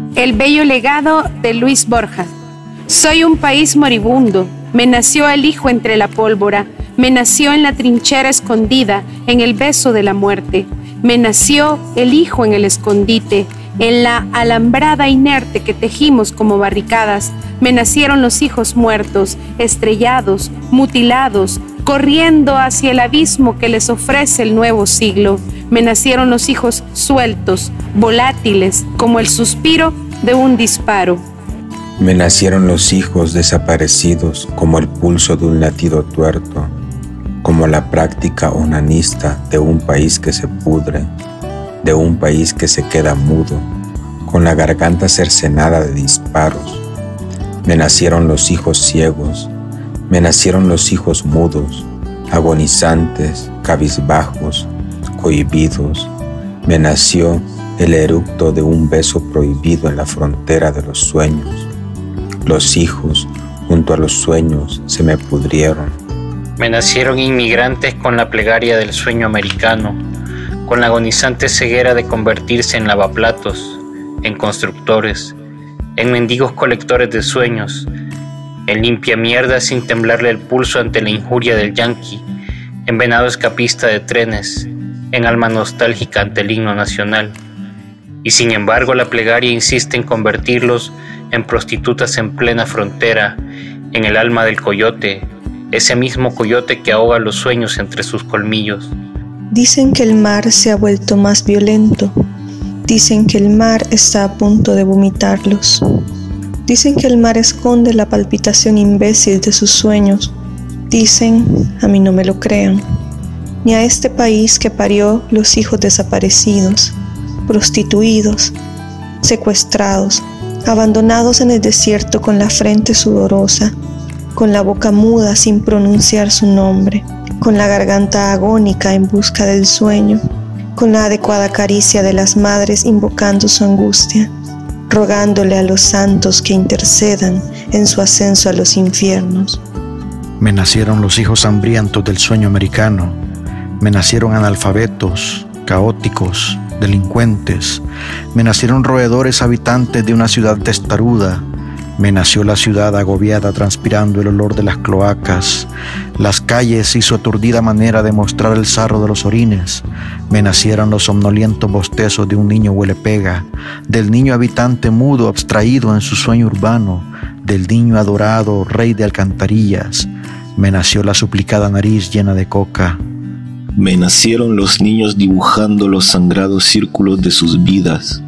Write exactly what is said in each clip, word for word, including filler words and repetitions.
El bello legado de Luis Borges. Soy un país moribundo, me nació el hijo entre la pólvora, me nació en la trinchera escondida, en el beso de la muerte, me nació el hijo en el escondite, en la alambrada inerte que tejimos como barricadas, me nacieron los hijos muertos, estrellados, mutilados, corriendo hacia el abismo que les ofrece el nuevo siglo. Me nacieron los hijos sueltos, volátiles, como el suspiro de un disparo. Me nacieron los hijos desaparecidos, como el pulso de un latido tuerto, como la práctica onanista de un país que se pudre, de un país que se queda mudo, con la garganta cercenada de disparos. Me nacieron los hijos ciegos, me nacieron los hijos mudos, agonizantes, cabizbajos, cohibidos. Me nació el eructo de un beso prohibido en la frontera de los sueños. Los hijos, junto a los sueños, se me pudrieron. Me nacieron inmigrantes con la plegaria del sueño americano, con la agonizante ceguera de convertirse en lavaplatos, en constructores, en mendigos colectores de sueños, en limpia mierda sin temblarle el pulso ante la injuria del yanqui, en venado escapista de trenes, en alma nostálgica ante el himno nacional. Y sin embargo la plegaria insiste en convertirlos en prostitutas en plena frontera, en el alma del coyote, ese mismo coyote que ahoga los sueños entre sus colmillos. Dicen que el mar se ha vuelto más violento. Dicen que el mar está a punto de vomitarlos. Dicen que el mar esconde la palpitación imbécil de sus sueños. Dicen, a mí no me lo crean, ni a este país que parió los hijos desaparecidos, prostituidos, secuestrados, abandonados en el desierto con la frente sudorosa, con la boca muda sin pronunciar su nombre, con la garganta agónica en busca del sueño, con la adecuada caricia de las madres invocando su angustia, rogándole a los santos que intercedan en su ascenso a los infiernos. Me nacieron los hijos hambrientos del sueño americano, me nacieron analfabetos, caóticos, delincuentes, me nacieron roedores habitantes de una ciudad testaruda, me nació la ciudad agobiada transpirando el olor de las cloacas, las calles y su aturdida manera de mostrar el sarro de los orines, me nacieron los somnolientos bostezos de un niño huelepega, del niño habitante mudo abstraído en su sueño urbano, del niño adorado rey de alcantarillas, me nació la suplicada nariz llena de coca. Me nacieron los niños dibujando los sangrados círculos de sus vidas.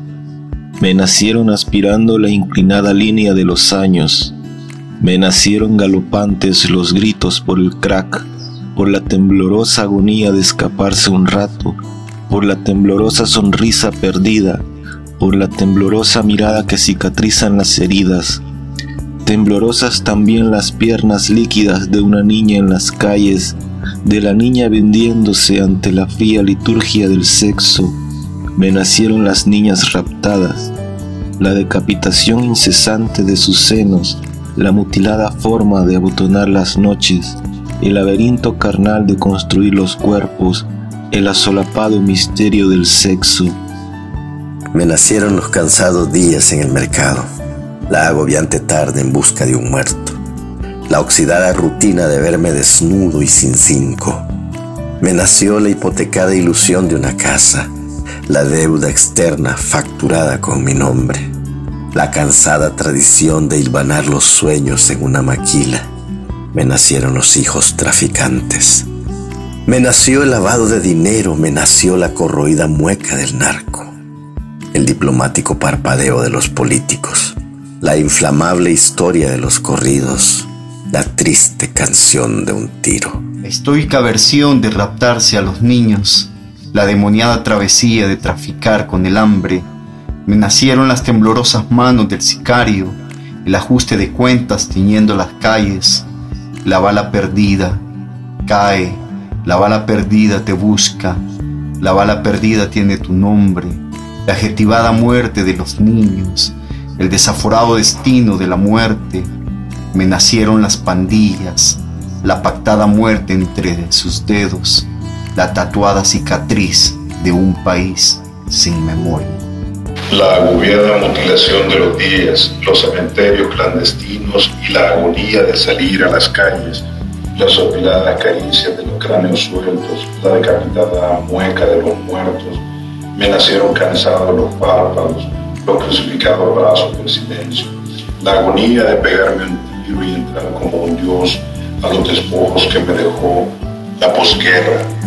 Me nacieron aspirando la inclinada línea de los años. Me nacieron galopantes los gritos por el crack, por la temblorosa agonía de escaparse un rato, por la temblorosa sonrisa perdida, por la temblorosa mirada que cicatrizan las heridas. Temblorosas también las piernas líquidas de una niña en las calles, de la niña vendiéndose ante la fría liturgia del sexo. Me nacieron las niñas raptadas, la decapitación incesante de sus senos, la mutilada forma de abotonar las noches, el laberinto carnal de construir los cuerpos, el asolapado misterio del sexo. Me nacieron los cansados días en el mercado, la agobiante tarde en busca de un muerto, la oxidada rutina de verme desnudo y sin cinco. Me nació la hipotecada ilusión de una casa, la deuda externa facturada con mi nombre, la cansada tradición de hilvanar los sueños en una maquila. Me nacieron los hijos traficantes. Me nació el lavado de dinero, me nació la corroída mueca del narco, el diplomático parpadeo de los políticos, la inflamable historia de los corridos, la triste canción de un tiro. La estoica versión de raptarse a los niños, la demoniada travesía de traficar con el hambre. Me nacieron las temblorosas manos del sicario, el ajuste de cuentas tiñendo las calles, la bala perdida cae, la bala perdida te busca, la bala perdida tiene tu nombre, la adjetivada muerte de los niños, el desaforado destino de la muerte. Me nacieron las pandillas, la pactada muerte entre sus dedos, la tatuada cicatriz de un país sin memoria. La agobiada mutilación de los días, los cementerios clandestinos y la agonía de salir a las calles, las opiladas caricias de los cráneos sueltos, la decapitada mueca de los muertos, me nacieron cansados los párpados, los crucificados brazos del silencio, la agonía de pegarme un tiro y entrar como un dios a los despojos que me dejó la posguerra.